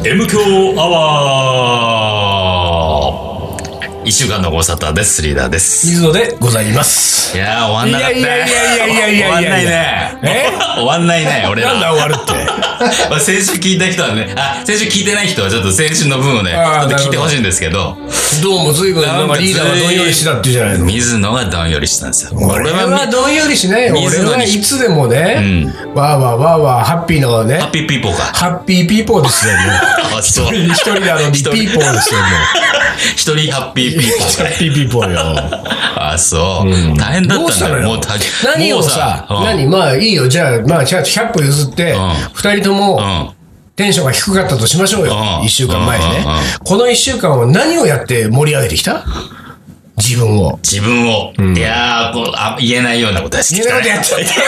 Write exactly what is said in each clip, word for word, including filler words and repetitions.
M 強アワー、一週間のご無沙汰です。リーダーです。 水野でございます。 いやー、終わんなかったね。 いやいやいやいやいやいやいや終わんないね。え終わんないね、俺ら。 なんだ終わるって。 先週聞いた人はね、あ、先週聞いてない人はちょっと先週の分をね、ちょっと聞いてほしいんですけど。 どうも随分なんかリーダーはどんよりしたって言うじゃないの。 水野がどんよりしたんですよ。 俺はどんよりしないよ。俺はいつでもね、 うん、 わーわーわーわーハッピーのね。 ハッピーピーポーか。 ハッピーピーポーですよね。 あ、そう。 一人なのにピーポーですよね。 一人ハッピーピーポーか。 ハッピーピーポーよ。 あ、そう。うん、大変だったんだよ。 どうしたのよ。もう何をさ、うん、何まあいいよ。じゃあ、まあ、ひゃく歩譲って、二、うん、人とも、うんテンションが低かったとしましょうよ。一週間前にね。この一週間は何をやって盛り上げてきた？自分を。 自分を。うん、いやーこうあ、言えないようなことはしてきた、ね。 言えないことやっちゃった。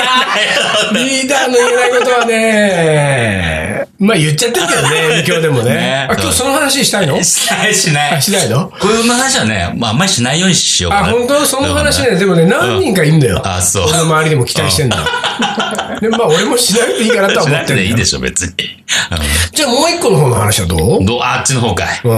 リーダーの言えないことはね、まあ言っちゃってるけどね、今日でもね。ねあ、今日その話したいの？ しないしない。 しないの？ こういう話はね、まああんまりしないようにしようかな。 あ、本当その話ね、でもね、何人かいんだよ。 うん、あ、そう。 俺の周りでも期待してんだ。でもまあ俺もしなくていいかなとは思ってる。 しなくていいでしょ、別に。うん、 じゃあもう一個の方の話はどう？ どうあっちの方かい。 うん。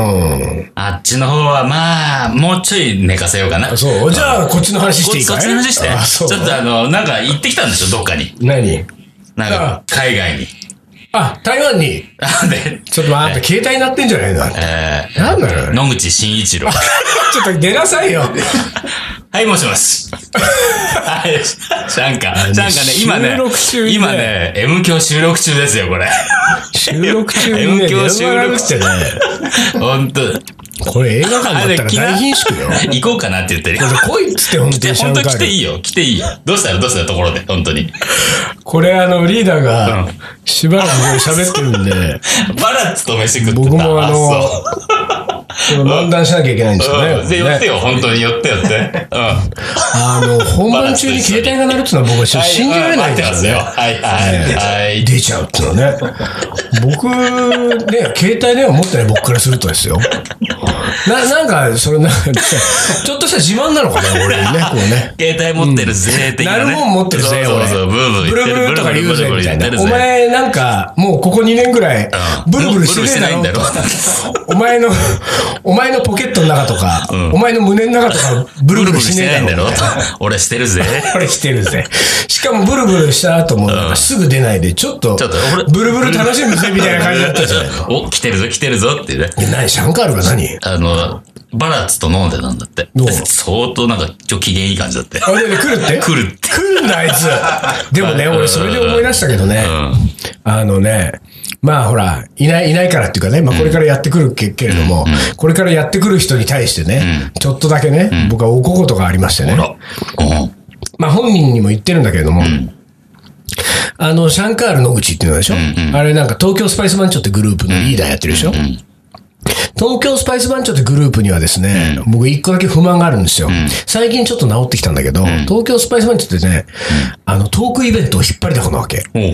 あっちの方はまあ、もうちょい寝かせようかな。 そう。じゃあこっちの話していいかい？ こっちの話して。 あ、そう。 ちょっとあの、なんか行ってきたんでしょ、どっかに。 何？ なんか、海外に。 あ、台湾に。 あ、で。 ちょっと待って、携帯鳴ってんじゃないの？ えー、なんだろう。 野口真一郎。 ちょっと出なさいよ。 はい、もしもし。はい、シャンカ。シャンカね、今ね、今ね、M 響収録中ですよ、これ。 収録中にね、 M 響収録中ね。ほんと。 これ映画館だったら大貧縮よ。 行こうかなって言ってるよ。 来いっつって本当にシャンカール。 本当来ていいよ、来ていいよ。どうしたらどうしたらところで、本当に。 これあの、リーダーが、しばらく喋ってるんで。 バラッツと飯食ってた。 僕もあの、漫談しなきゃいけないんですよね。 で、寄ってよ、本当に寄って寄って。うん。 あの、本番中に携帯が鳴るっていうのは僕は信じられないですよね。 はいはい。 出ちゃうっていうのはね。僕、ね、携帯電話持ってない僕からするとですよ。な、なんか、それなんか、ちょっとした自慢なのかな、俺にね、こうね。 携帯持ってるぜ、的なね。 なるもん持ってるぜ、俺。 そうそう、ブーブー。 ブルブルとか言うぜ、みたいな。お前なんか、もうここにねんぐらい、ブルブルしてないんだろ。お前の、お前のポケットの中とか、お前の胸の中とか、ブルブルしてないんだろ。 俺してるぜ。 俺してるぜ。しかもブルブルした後も、すぐ出ないで、ちょっと、ブルブル楽しむぜ、みたいな感じだったじゃないの。 お、来てるぞ、来てるぞってね。 何、シャンカールが何？ あの、バラッツと飲んでたんだって。相当なんか、今日機嫌いい感じだって。 あ、で、来るって来るって。 来るんだ、あいつ。でもね、俺それで思い出したけどね。あのね、まあほら、いない、いないからっていうかね、まあこれからやってくるけれども、これからやってくる人に対してね、ちょっとだけね、僕はおこことがありましてね。まあ本人にも言ってるんだけれども、あの、シャンカール野口っていうのでしょ、あれなんか東京スパイス番長ってグループのリーダーやってるでしょ、東京スパイス番長ってグループにはですね、うん、僕一個だけ不満があるんですよ、うん。最近ちょっと治ってきたんだけど、うん、東京スパイス番長ってね、うん、あの、トークイベントを引っ張りだこなわけ。うん、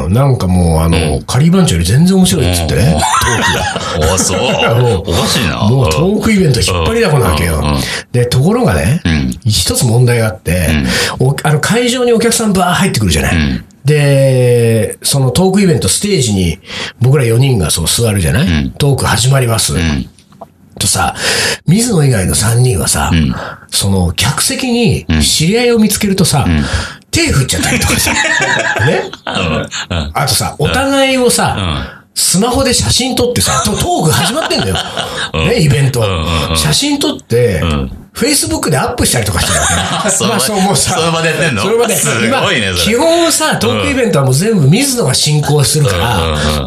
なんかもう、あの、うん、カリー番長より全然面白いっつってね、トークが。 あ、そう。おかしいな。 もうトークイベント引っ張りだこなわけよ。で、ところがね、うん、一つ問題があって、うん、おあの、会場にお客さんバー入ってくるじゃない。うんで、そのトークイベントステージに僕らよにんがそう座るじゃない、うん、トーク始まります。うん、とさ、水野以外のさんにんはさ、うん、その客席に知り合いを見つけるとさ、うん、手振っちゃったりとかさ、ね、うん、あとさ、お互いをさ、うんスマホで写真撮ってさ、トーク始まってんだよ。ね、イベント。写真撮って、Facebook でアップしたりとかしてるわけ。まあそうもうさ、 その場でやってんの？ その場で。 すごいね、それ。 基本さ、トークイベントはもう全部水野が進行するから、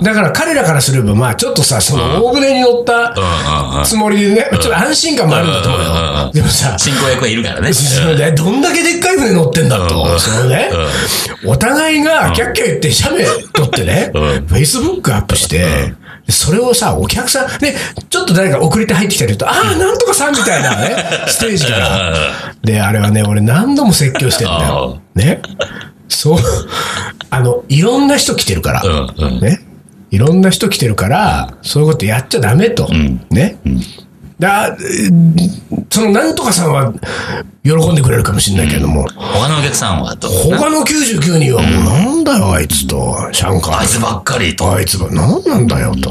だから彼らからすれば、まあちょっとさ、その大船に乗ったつもりでね、ちょっと安心感もあるんだと思うよ。でもさ、 進行役がいるからね。 どんだけでっかい船乗ってんだと。そのね、お互いがキャッキャ言って写メ撮ってね、Facebook アップして、それをさ、お客さん、ね、ちょっと誰か遅れて入ってきたりと、ああ、なんとかさんみたいなね、ステージから。で、あれはね、俺何度も説教してるんだよ。ね。そう、あの、いろんな人来てるから。ね。いろんな人来てるから、そういうことやっちゃダメと。ね。だそのなんとかさんは喜んでくれるかもしれないけども、うん、 他のお客さんはどう他のきゅうじゅうきゅうにんはもうなんだよあいつとシャンカーあいつばっかりとあいつがなんなんだよと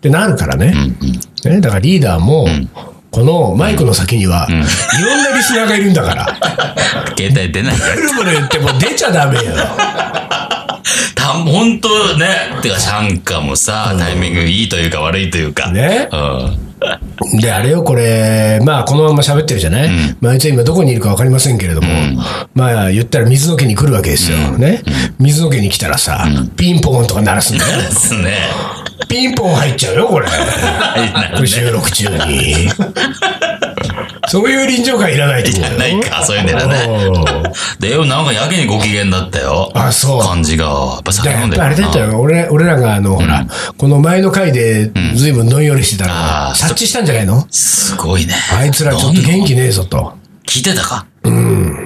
ってなるからね。ね、だからリーダーも、このマイクの先には、いろんなリスナーがいるんだから。 携帯出ないから。 ブルブル言っても出ちゃダメよ。 た、ほんとね。てか、シャンカもさ、タイミングいいというか悪いというか。 ね。 うん。 で、あれよ、これ、まあ、このまま喋ってるじゃない、うん、まあ、あいつ今どこにいるかわかりませんけれども、うん、まあ、言ったら水の家に来るわけですよ。うん、ね、うん。水の家に来たらさ、うん、ピンポンとか鳴らすんだよ。鳴らすね。ピンポン入っちゃうよ、これ。これ収録中に。そういう臨場感いらないと思うよ。いらないか、そういうのだね。でよ、なんかやけにご機嫌だったよ。あ、そう。感じが。やっぱ酒飲んでる。あれだったよ。俺、俺らがあの、ほら、この前の回で随分どんよりしてたのが、察知したんじゃないの？ すごいね。 あいつらちょっと元気ねえぞと。 聞いてたか？ うん。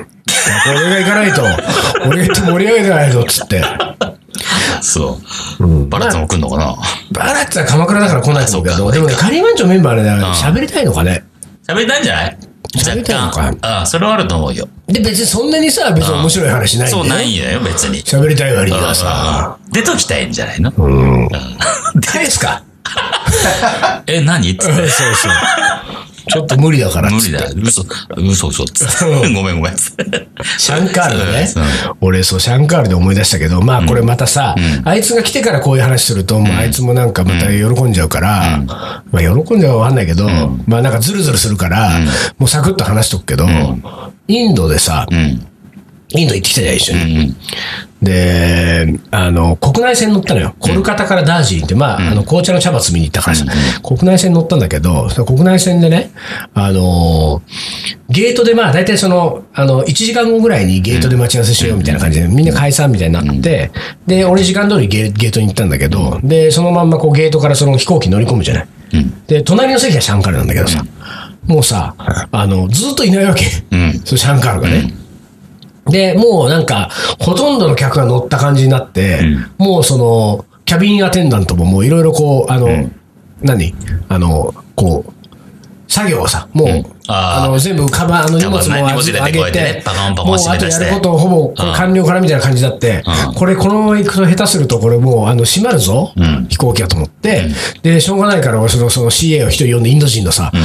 俺が行かないと、俺が行って盛り上げてないぞ、つって。 そう。うん、バラッツも来んのかな？ バラッツは鎌倉だから来ないと思うけど、でもね、カリーマンチョメンバーで喋りたいのかね。 喋りたいんじゃない？ 喋りたいのか。 ああ、それはあると思うよ。 で、別にそんなにさ、別に面白い話ないんだよ。 そう、ないんだよ、別に。 喋りたい割にはさ。 出ときたいんじゃないの？ うん。誰ですか？ え、何っつって。 そうそう。ちょっと無理だからっつって。 無理だ。嘘、嘘嘘っつって。ごめんごめん。 シャンカールのね。俺、そう、シャンカールで思い出したけど、まあこれまたさ、あいつが来てからこういう話すると、もうあいつもなんかまた喜んじゃうから、まあ喜んじゃうかわかんないけど、まあなんかズルズルするから、もうサクッと話しとくけど、インドでさ、インド行ってきたじゃん、一緒に。で、あの、国内線乗ったのよ。コルカタからダージリンって、まあ、あの、紅茶の茶葉摘みに行ったからさ、国内線乗ったんだけど、国内線でね、あの、ゲートでまあ、大体その、あの、いちじかんごぐらいにゲートで待ち合わせしようみたいな感じで、みんな解散みたいになって、で、俺時間通りゲートに行ったんだけど、で、そのまんまこうゲートからその飛行機乗り込むじゃない。で、隣の席はシャンカールなんだけどさ、もうさ、あの、ずっといないわけ。そう、シャンカールがね。で、もうなんか、ほとんどの客が乗った感じになって、うん、もうその、キャビンアテンダントももういろいろこう、あの、うん、何あの、こう、作業をさ、もう、うん、あ, あの、全部カバー、あの荷物も上げて、ね、もうあとやることほぼこれ完了からみたいな感じだって、うん、これこのまま行くと下手するとこれもう、あの、閉まるぞ、うん、飛行機だと思って、うん、で、しょうがないから、その、その シーエー を一人呼んでインド人のさ、うん、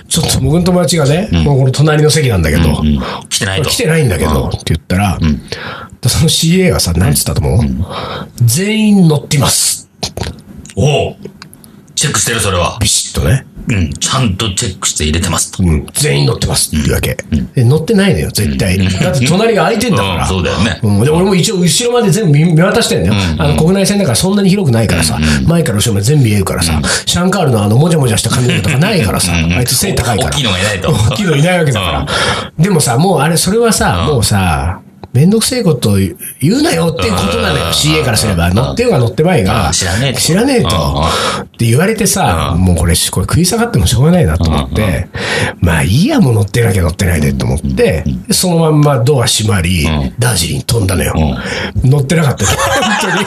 ちょっと僕の友達がね、うん、もうこの隣の席なんだけど、うんうん、 来てないと。 来てないんだけど、うん、って言ったら、うん、その シーエー はさ、何つったと思う、うん、全員乗ってます。 おうチェックしてる、それは。 ビシッとね。 うん。ちゃんとチェックして入れてますと。 うん。全員乗ってますっていうわけ。うん、で乗ってないのよ、絶対。うん、だって隣が空いてんだから。 うん、そうだよね。 うん。で、俺も一応後ろまで全部見渡してんだよ。うん、あの、国内線だからそんなに広くないからさ、うん、前から後ろまで全部見えるからさ、うん、シャンカールのあの、もじゃもじゃした髪の毛とかないからさ、あいつ背高いから。 大きいのがいないと。 大きいのいないわけだから。うん、でもさ、もうあれ、それはさ、もうさ、めんどくせえこと言うなよっていうことなのよ。シーエー からすれば。乗ってようが乗ってまいが。 知らねえと。 知らねえと。って言われてさ、もうこれ、これ食い下がってもしょうがないなと思って、まあいいや、もう乗ってなきゃ乗ってないでと思って、そのまんまドア閉まり、ダージリン飛んだのよ。乗ってなかったよ。本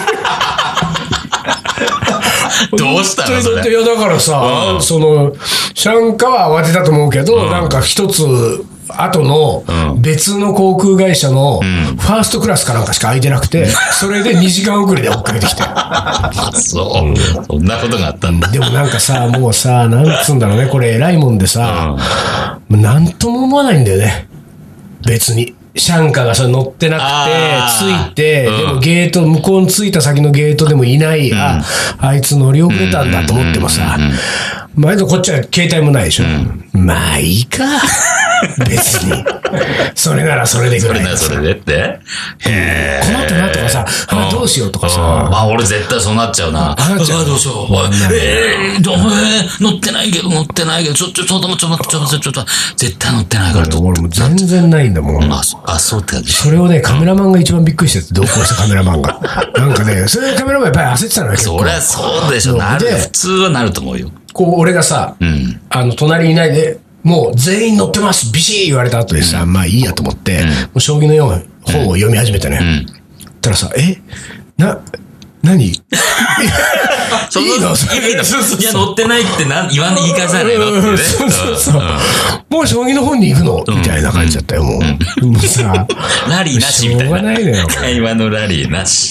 当に。 どうしたのそれ。 いや、だからさ、その、シャンカは慌てたと思うけど、なんか一つ、後の別の航空会社のファーストクラスかなんかしか空いてなくて、それでにじかん遅れで追っかけてきて。 そう。そんなことがあったんだ。 でもなんかさ、もうさ、なんつうんだろうね、これ偉いもんでさ、なんとも思わないんだよね。別に。シャンカがそれ乗ってなくて、着いて、でもゲート、向こうに着いた先のゲートでもいない、あ、あいつ乗り遅れたんだと思ってもさ、前とこっちは携帯もないでしょ。まあいいか。別に。それならそれでぐらい。 それならそれでってへえ。困ったなとかさ、あ、どうしようとかさ。 あ、俺絶対そうなっちゃうな。あ、なっちゃう。どうしよう。えー、どう乗ってないけど、乗ってないけど、ちょ、ちょ、ちょっと待って、ちょっと待って、ちょっと、絶対乗ってないからと。 俺も全然ないんだもん。 あ、そうって感じ。 それをね、カメラマンが一番びっくりしてて、同行したカメラマンが。なんかね、それカメラマンやっぱり焦ってたのよ。 そりゃそうでしょ。なる。普通はなると思うよ。 こう、俺がさ、あの、隣にいないで、もう全員乗ってますビシー言われた後でさ、うん、まあいいやと思って、うん、もう将棋のような本を読み始めたね。うん。たらさ、えな、何そのいいのそれいや、乗ってないってな言わん言い返さないのってね。 そうそうそう。もう将棋の本に行くのみたいな感じだったよ、もう。もうさ、 ラリーなしみたいな。 しょうがないのよ。 会話のラリーなし。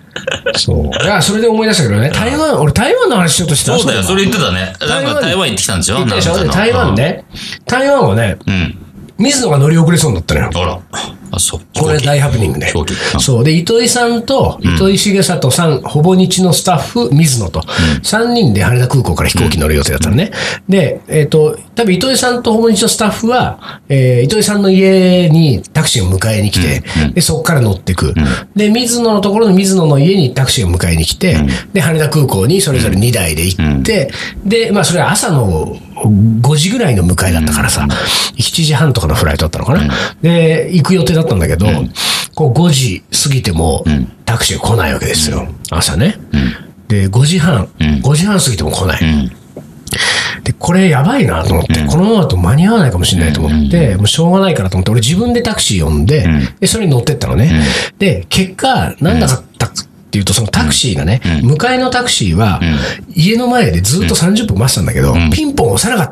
そう。いや、それで思い出したけどね、台湾、俺台湾の話しようとしてた。 そうだよ、それ言ってたね。なんか台湾行ってきたんでしょ？ 行ったでしょ？で、台湾ね。台湾はね、うん。水野が乗り遅れそうになったのよ。 あら。あ、そう。 これ大ハプニングで。そう。で、糸井さんと、糸井重里さん、ほぼ日のスタッフ、水野と、さんにんで羽田空港から飛行機乗る予定だったのね。で、えっと、多分糸井さんとほぼ日のスタッフは、えー、糸井さんの家にタクシーを迎えに来て、で、そこから乗ってく。で、水野のところの水野の家にタクシーを迎えに来て、で、羽田空港にそれぞれにだいで行って、で、まあ、それは朝のごじぐらいの迎えだったからさ、しちじはんとかのフライトだったのかな。で、行く予定だったんだけど、こうごじ過ぎてもタクシーが来ないわけですよ。朝ね。で、ごじはん、ごじはん過ぎても来ない。で、これやばいなと思って、このままだと間に合わないかもしれないと思って、もうしょうがないからと思って、俺自分でタクシー呼んで、で、それに乗ってったのね。で、結果、なんだかったっていうと、そのタクシーがね、うん、迎えのタクシーは、うん、家の前でずっとさんじゅっぷん待ってたんだけど、うん、ピンポン押さなかった。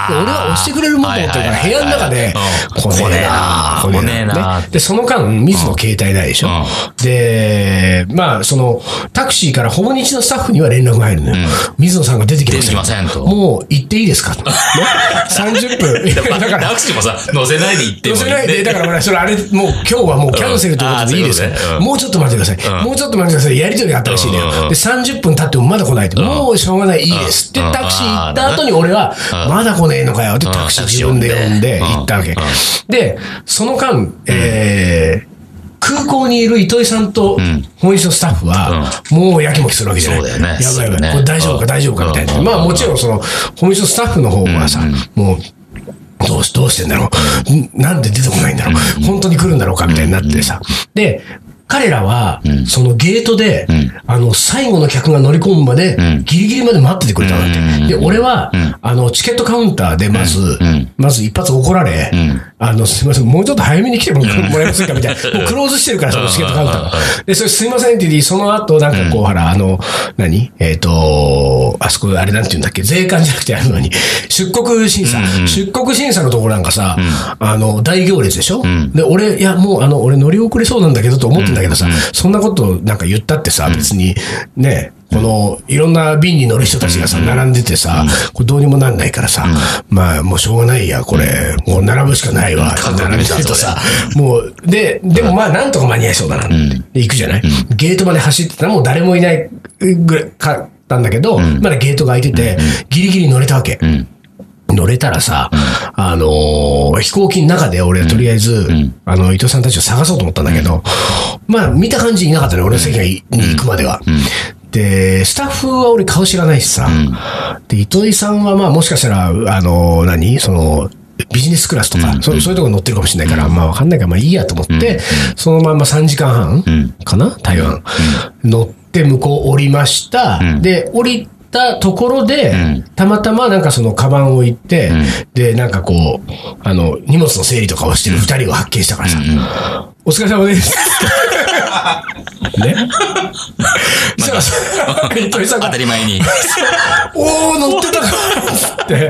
で俺は押してくれるもんと思ってるから、部屋の中で、来ねえな来ねえな、 ね、で、その間、水の携帯ないでしょ。うん、で、まあ、その、タクシーからほぼ日のスタッフには連絡が入るのよ。うん、水野さんが出てきてません。ませんと。 もう行っていいですかと。ね、さんじゅっぷん。 だから、タクシーもさ、乗せないで行ってもいい。 乗せないで、だから、それあれ、もう今日はもうキャンセルということでいいですか、うん、もうちょっと待ってください。うん、もうちょっと待ってください。やりとりがあったらしいね。で、さんじゅっぷん経ってもまだ来ないって、もうしょうがない、いいですってタクシー行った後に俺は、まだ来ねえのかよってタクシー自分で呼んで行ったわけ。で、その間、えー、空港にいる糸井さんと本日のスタッフは、もうやきもきするわけじゃない。 そうだよね。 やばいやばい。これ大丈夫か大丈夫かみたいな。まあもちろんその、本日のスタッフの方はさ、もう、どうし、どうしてんだろう。なんで出てこないんだろう。本当に来るんだろうかみたいになってさ。で、彼らは、そのゲートで、あの、最後の客が乗り込むまで、ギリギリまで待っててくれたんだって。で、俺は、あの、チケットカウンターでまず、まず一発怒られ、あの、すいません、もうちょっと早めに来てもらえませんかみたいな。もうクローズしてるから、そのチケットカウンターが。で、それすいませんって言って、その後、なんかこう、ほら、あの、何えっと、あそこ、あれなんて言うんだっけ、税関じゃなくて、あの何出国審査。出国審査のところなんかさ、あの、大行列でしょで、俺、いや、もう、あの、俺乗り遅れそうなんだけどと思ってんだけどさ、そんなことなんか言ったってさ、別に、ね、この、いろんな便に乗る人たちがさ、並んでてさ、これどうにもなんないからさ、まあ、もうしょうがないや、これ、もう並ぶしかないわ。並べてるとさ、もう、で、でもまあ、なんとか間に合いそうだな。で、行くじゃないゲートまで走ってたらもう誰もいないぐらいかったんだけど、まだゲートが開いてて、ギリギリ乗れたわけ。乗れたらさ、うん、あのー、飛行機の中で俺はとりあえず、うん、あの、伊藤さんたちを探そうと思ったんだけど、うん、まあ見た感じいなかったね、俺の席に行くまでは。うん、で、スタッフは俺顔知らないしさ、うん、で、糸井さんはまあもしかしたら、あのー、何その、ビジネスクラスとか、うん、そう、そういうとこ乗ってるかもしれないから、うん、まあわかんないから、まあいいやと思って、うん、そのままさんじかんはんかな、台湾、うん。乗って向こう降りました。うん、で、降りたところで、うん、たまたまなんかそのカバンを置いて、うん、で、なんかこう、あの、荷物の整理とかをしてる二人を発見したからさ、うんうん、お疲れ様です。ね。そうそう。糸井さんが当たり前に。 おー、乗ってたかって。うん、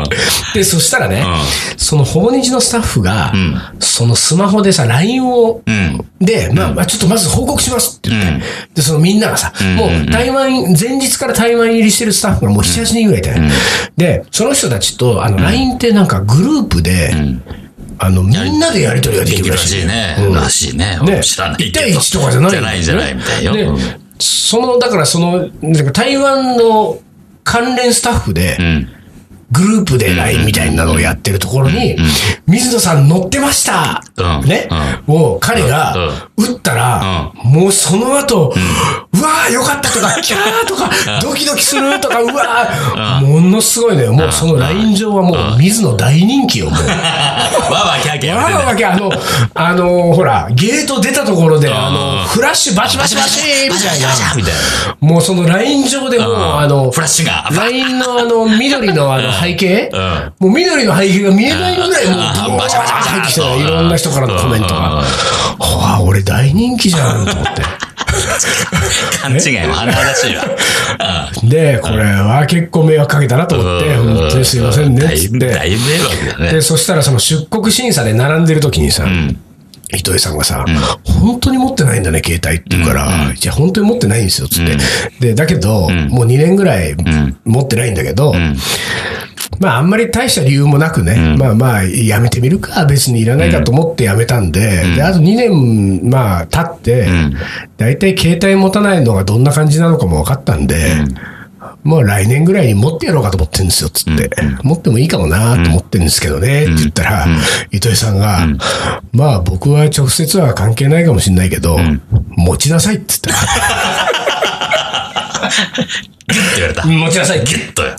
で、そしたらね、うん、そのほぼ日のスタッフが、うん、そのスマホでさ、ライン を、うん、で、まあ、まあ、ちょっとまず報告しますって言って、うん、で、そのみんながさ、うん、もう台湾、前日から台湾入りしてるスタッフがもうなな、はちにんぐらいいて、ね、うん、で、その人たちと、あの、ライン ってなんかグループで、うん、あの、みんなでやりとりができるらしい。 らしいね。うん、らしいね。ね、知らないけど。いち対いちとかじゃない。 じゃないじゃないみたいよ。 で、その、だからその、なんか台湾の関連スタッフで、うん、グループで ライン みたいなのをやってるところに、水野さん乗ってました、うん、ね、うん、もう彼が打ったら、うん、もうその後、うん、うわーよかったとか、キャーとか、ドキドキするとか、うわー、ものすごいね。もうその ライン 上はもう水野大人気よ、もう。わーわーキャーキャー。 わーわーキャー、あの、あのー、ほら、ゲート出たところで、あの、フラッシュバシバシバシーみたいな。もうその ライン 上でもう、あの、 フラッシュが。 ライン のあの、緑のあの、背景、うん、もう緑の背景が見えないぐらいもうバシャバシャバシャ入ってきたいろんな人からのコメントが、わあ俺大人気じゃんと思って勘違いも甚だしいわでこれは結構迷惑かけたなと思って本当にすいませんねっつって大迷惑だね。 でそしたらその出国審査で並んでる時にさ、うん、 糸井さんがさ、うん、本当に持ってないんだね、携帯って言うから、うん、じゃあ本当に持ってないんですよ、つって。うん、で、だけど、うん、もうにねんぐらい持ってないんだけど、うん、まああんまり大した理由もなくね、うん、まあまあやめてみるか、別にいらないかと思ってやめたんで、うん、で、あとにねん、まあ経って、だいたい携帯持たないのがどんな感じなのかも分かったんで、うんもう来年ぐらいに持ってやろうかと思ってるんですよ、つって。うん、持ってもいいかもなと思ってるんですけどね、うん、って言ったら、うん、糸井さんが、うん、まあ僕は直接は関係ないかもしれないけど、うん、持ちなさいって言ったら。 ギュッて言われた。 持ちなさい。 ギュッと。うん。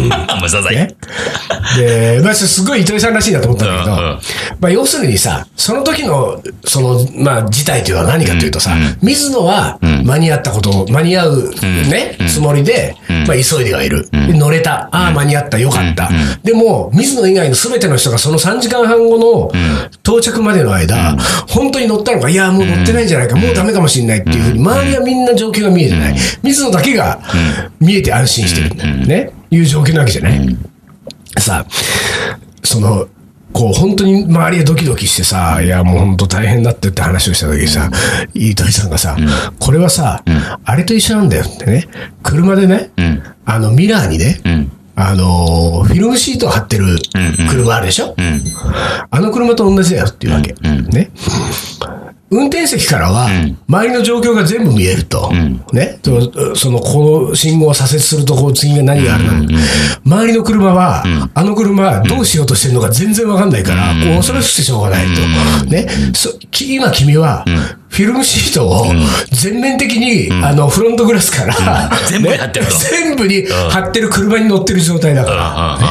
持ちなさい。 で、まあ、すごい糸井さんらしいなと思ったんだけど、うんうん、まあ、要するにさ、その時の、その、まあ、事態というのは何かというとさ、うん、水野は間に合ったことを、間に合うね、うん、つもりで、うん、まあ、急いではいる。うん、で乗れた。ああ、間に合った。よかった。うん、でも、水野以外の全ての人がそのさんじかんはんごの到着までの間、うん、本当に乗ったのか、いや、もう乗ってないんじゃないか、もうダメかもしれないっていうふうに、周りはみんな状況が見えてない。水野だけが、見えて安心してるんだよね、うん、いう状況なわけじゃない、うん、さあそのこう本当に周りがドキドキしてさいやもう本当大変だってって話をした時にさ糸井さんがさ、うん、これはさ、うん、あれと一緒なんだよってね車でね、うん、あのミラーにね、うんあのー、フィルムシートを貼ってる車あるでしょ、うんうん、あの車と同じだよっていうわけ、うんうん、ね運転席からは周りの状況が全部見えると、うん、ね、そのこの信号を左折するとこう次が何があるの、うんうん、周りの車は、うん、あの車どうしようとしてるのか全然わかんないから、うん、こう恐ろしくてしょうがないと、うん、ね、そ今君は、うん、フィルムシートを全面的に、うん、あのフロントグラスから、 うん、全部に貼ってるの、 ね、全部に貼ってる車に乗ってる状態だから、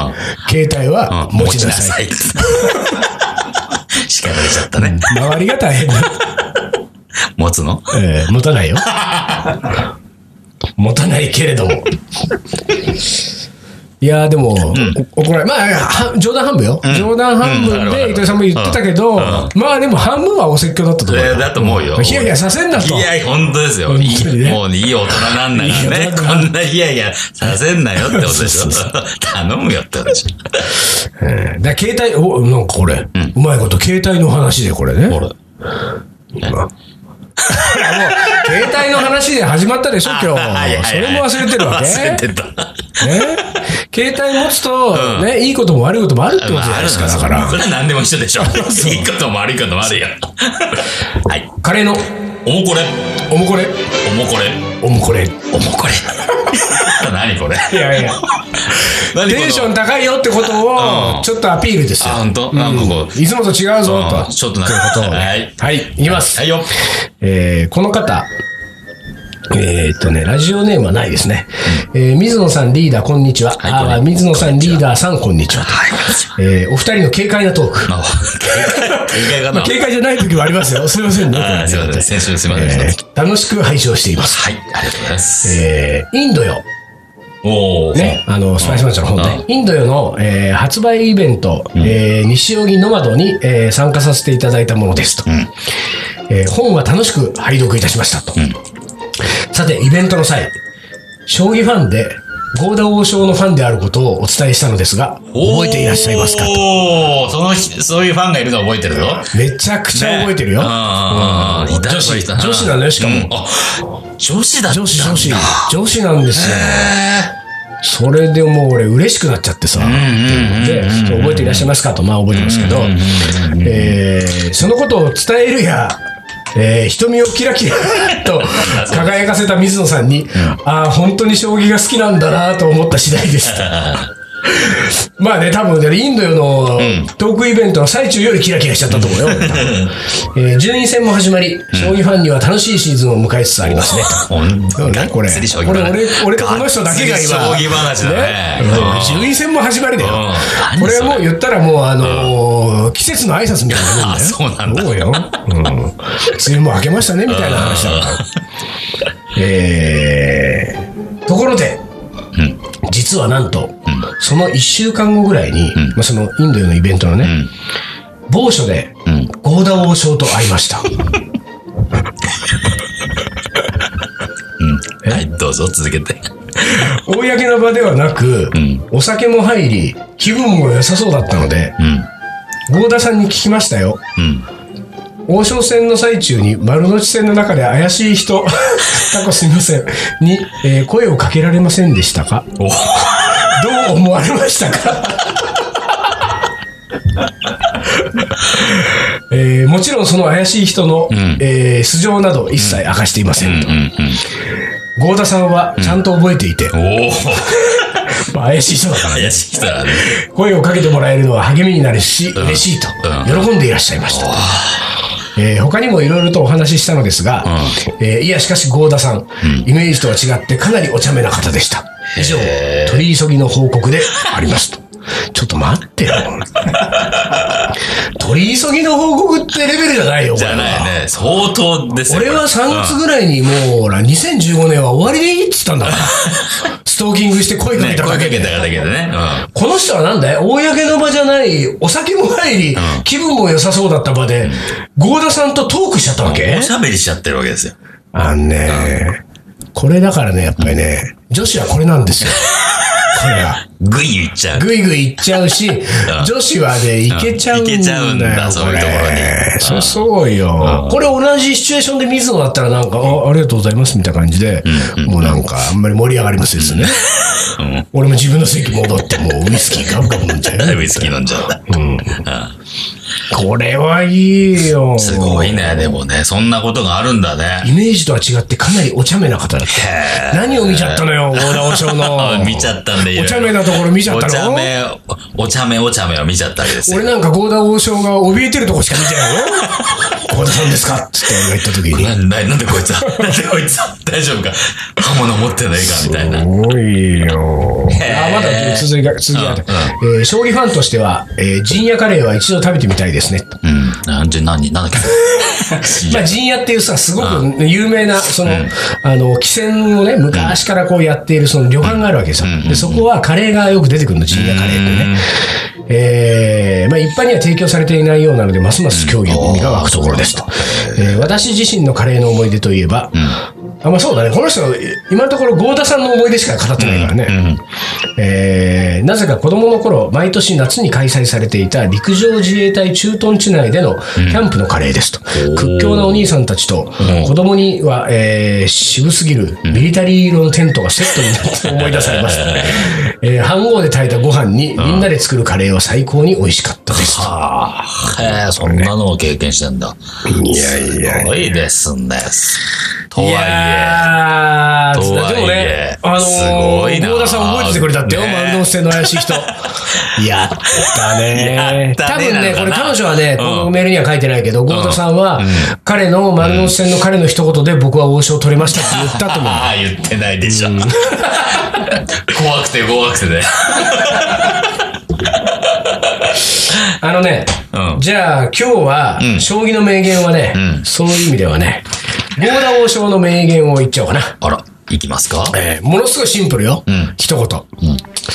ね、携帯は持ちなさい。 叱られちゃったね。 周りが大変だ。 持つの？ えー、持たないよ。持たないけれども。いやーでも、うん、おこれまあ冗談半分よ、うん、冗談半分で糸井さんも言ってたけど、うんうん、まあでも半分はお説教だったと思うよ。 だと思うよ。 ヒヤヒヤさせんなと。 いや本当ですよ。いいもういい大人なんだからね。こんなヒヤヒヤさせんなよってことでしょ。頼むよって話。 えー、だ携帯おなんかこれ、うん、うまいこと携帯の話でこれね。これ。今。もう携帯の話で始まったでしょ今日。それも忘れてるわけ？ 忘れてた。 ね、携帯持つと、うん、ね、いいことも悪いこともあるってことじゃないですか、だから。 それは何でも一緒でしょ。いいことも悪いこともあるよ。 はい。カレーの、 おもこれ。 おもこれ。 おもこれ。 おもこれ。 おもこれ。何これ。 いやいや。テンション高いよってことを、ちょっとアピールですよ。 あ、本当？なんかこう。 いつもと違うぞ、と。 ちょっとなんか。 はい。はい。いきます。 はいよ。 えー、この方。えー、っとね、ラジオネームはないですね。うん、えー、水野さんリーダーこんにちは。はい、あ水野さんリーダーさんこんにちは。はい、えー、お二人の軽快なトーク。軽快かな。軽快じゃない時もありますよ。すいませんね。 あすいません。先週すいません、 えー。楽しく拝聴しています。 はい、ありがとうございます。 えー、インドよ。 おね、あの、スパイスマンチョの本ね。インドよの、えー、発売イベント、うん、えー、西荻ノマドに、えー、参加させていただいたものですと。うんえー、本は楽しく拝読いたしましたと。うんさて、イベントの際、将棋ファンで、郷田王将のファンであることをお伝えしたのですが、覚えていらっしゃいますかと。 おー、その、そういうファンがいるの覚えてるぞ。 めちゃくちゃ覚えてるよ。ね、 ああ、 うん、女子、女子なのよ、しかも。うん、 あ、女子だったんだ。 女子、女子。女子なんですよ。それでもう俺嬉しくなっちゃってさ。で、覚えていらっしゃいますかと、まあ覚えてますけど、えー、そのことを伝えるや、えー、瞳をキラキラと輝かせた水野さんに、うん、ああ、本当に将棋が好きなんだなと思った次第でした。まあね、多分、ね、インドよのトークイベントの最中よりキラキラしちゃったと思うよ。えー、順位戦も始まり、将棋ファンには楽しいシーズンを迎えつつありますね。 何これ。これ俺、俺とこの人だけが今。 将棋話だね。ね順位戦も始まりだよ。これはもう言ったらもう、あのー、季節の挨拶みたいなもんだよ。 そうなんだ。 そうよ。うん。梅雨も明けましたね、みたいな話だから。えー、ところで、うん、実はなんと、うん、そのいっしゅうかんごぐらいに、うんまあ、そのインドよのイベントのね、うん、某所で郷田王将と会いました。 うん、はい、どうぞ続けて。 公の場ではなく、うん、お酒も入り気分も良さそうだったので、うん、郷田さんに聞きましたよ。うん、 王将戦の最中に丸の内線の中で怪しい人過去すみませんに、えー、声をかけられませんでしたか？どう思われましたか？えー、もちろんその怪しい人の、うんえー、素性など一切明かしていませんと。郷田さんはちゃんと覚えていて、うん、おまあ怪しい人だからね。怪しい人だね。声をかけてもらえるのは励みになるし、うん、嬉しいと喜んでいらっしゃいました。えー、他にもいろいろとお話ししたのですが、うんえー、いやしかし郷田さん、うん、イメージとは違ってかなりお茶目な方でした。以上、取り急ぎの報告でありますと。ちょっと待ってよ。取り急ぎの報告ってレベルじゃないよ。 じゃないね。相当ですよ。 俺はさんがつぐらいにもう、ほら、にせんじゅうごねんは終わりでいいって言ったんだから。ストーキングして声かけただけで。 ね、声かけただけでね。うん、 この人はなんだい？公の場じゃない、お酒も入り、うん、気分も良さそうだった場で、郷、うん、田さんとトークしちゃったわけ？ おしゃべりしちゃってるわけですよ。 あんね、うん、これだからね、やっぱりね、うん、女子はこれなんですよ。これは。 ぐいぐいいっちゃう。 ぐいぐいいっちゃうし、女子はね、いけちゃうんだよ。いけちゃうんだ、 そういうところに。 そうそうよ。これ同じシチュエーションで水野だったらなんか、あ、ありがとうございますみたいな感じで、もうなんか、あんまり盛り上がりませんですね。俺も自分の席戻って、もうウイスキーガブガブ飲んじゃう。 ウイスキー飲んじゃう。うん。 これはいいよ。 すごいね、でもね、そんなことがあるんだね。 イメージとは違ってかなりお茶目な方だった。何を見ちゃったのよ、郷田王将の。 見ちゃったんで、 お茶目なところ見ちゃったの？ お茶目、お茶目、お茶目を見ちゃったわけですよ。 俺なんか郷田王将が怯えてるとこしか見てないよ。郷田さんですかって言った時に。 な、な、なんでこいつはなんでこいつは大丈夫か刃物持ってないかみたいな。 すごいよ。あ、まだ続きが、続きがあって。えー、将棋ファンとしては、えー、陣屋カレーは一度食べてみたいですね。 うん。じゃ、何、なんだっけまあ、陣屋っていうさ、すごく有名な、その、うん、あの、汽船をね、昔からこうやっているその旅館があるわけですよ。うん、で、そこはカレーがよく出てくるの、陣屋カレーってね。えー、まあ一般には提供されていないようなので、ますます興味が湧くところですと。えー、私自身のカレーの思い出といえば、うん、あ、まあそうだね。この人、今のところ郷田さんの思い出しか語ってないからね。うんうん、えー、なぜか子供の頃、毎年夏に開催されていた陸上自衛隊駐屯地内でのキャンプのカレーですと。うん、屈強なお兄さんたちと、子供には、えー、渋すぎるミリタリー色のテントがセットになって思い出されました。えー、飯盒で炊いたご飯にみんなで作るカレーは最高に美味しかったです。 はあ、へえ、そんなのを経験してんだ。 いやいや。 すごいですね。とはいえ。 いやー、 とはいえ。 でもね、あのー、すごいな。郷田さん覚えててくれたってよ、丸の内線の怪しい人。やったね。多分ね、これ彼女はね、このメールには書いてないけど、郷田さんは、彼の丸の内線の彼の一言で僕は王将取れましたって言ったと思う。 ああ、言ってないでしょ。怖くて怖くてね。 あのね、うん、じゃあ今日は、うん、将棋の名言はね、うん、そういう意味ではね、郷田王将の名言を言っちゃおうかな。 あら、いきますか。 えー、ものすごいシンプルよ。うん、一言。うん、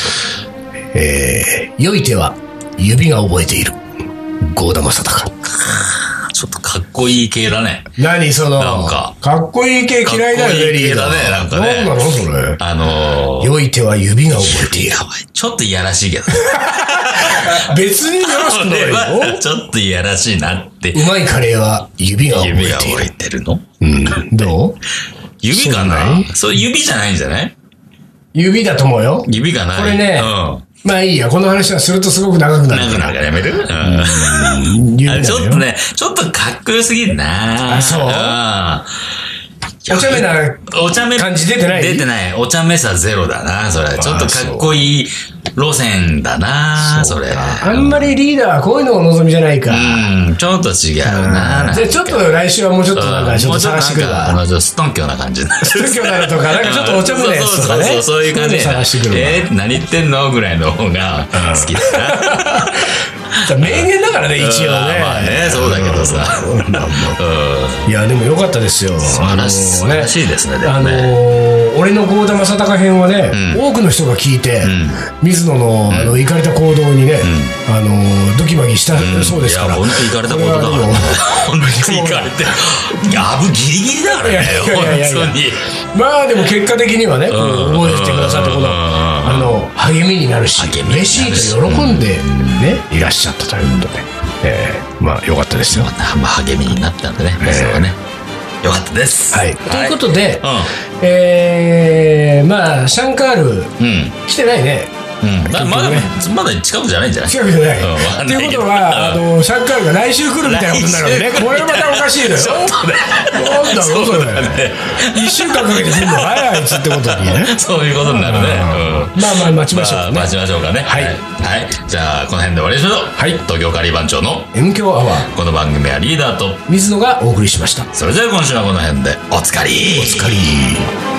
えー、よい手は指が覚えている。郷田正孝。 ちょっとかっこいい系だね。 何その、 なんか。 かっこいい系嫌いだよね、 リーダー。かっこいい系だね、なんかね。 なんなのそれ。 あのー、 よい手は指が覚えている。 ちょっといやらしいけど。 別によろしくないよ。 ちょっといやらしいなって。 うまいカレーは指が覚えている。 指が覚えてるの？ うん。どう？ 指かな？そう、指じゃないんじゃない？ 指だと思うよ。 指がない。 これね、うん。まあいいや、この話はするとすごく長くなるから。 長くなるからやめる？うん。ちょっとね、ちょっとかっこよすぎるな。 あ、そう？お茶目な感じ出てない？ 出てない。お茶目さゼロだな、それ。ちょっとかっこいい路線だな、それ。 あんまりリーダーはこういうのをお望みじゃないか。 うん、ちょっと違うな。 じゃあちょっと来週はもうちょっとなんかちょっと探してくるわ。 あの、ストンキョな感じになる。 ストンキョなるとか、なんかちょっとお茶目なやつとかね。 そうそうそう、そういう感じで。 探してくるわ。 えー、何言ってんのぐらいの方が好きだな。 名言だからね、一応ね。 まあね、そうだけどさ。 いや、でもよかったですよ。 素晴らしいですね。 あのー、俺の郷田正孝編はね、うん、多くの人が聞いて、うん、水野の、あの、行かれた行動にね、うん、あのー、ドキマギしたそうですから。 いや、本当に行かれた行動だからね。本当に行かれて。やぶギリギリだからね、本当に。 まあ、でも結果的にはね、覚えてくださって、この、あの、励みになるし、嬉しいと喜んでね、いらっしゃったということで。えーまあよかったですよ。 まあ励みになったんでね、皆さんはね。よかったです。 はい。ということで、 うん、 えー、まあシャンカール、来てないね。 うん、まだまだ近くじゃないんじゃない？ 近くじゃない。ということは、あのシャンカールが来週来るみたいなことになるのね。これまたおかしいのよ。なんだろうそれ。一週間かけて来るの早いあいつってことにね。 そういうことになるね。 まあまあ待ちましょう。 待ちましょうかね。はい。はい。じゃあこの辺で終わりにしましょう。はい。東京カリー番長の M 強アワー。 この番組はリーダーと水野がお送りしました。 それじゃあ今週はこの辺でおつかり。 おつかり。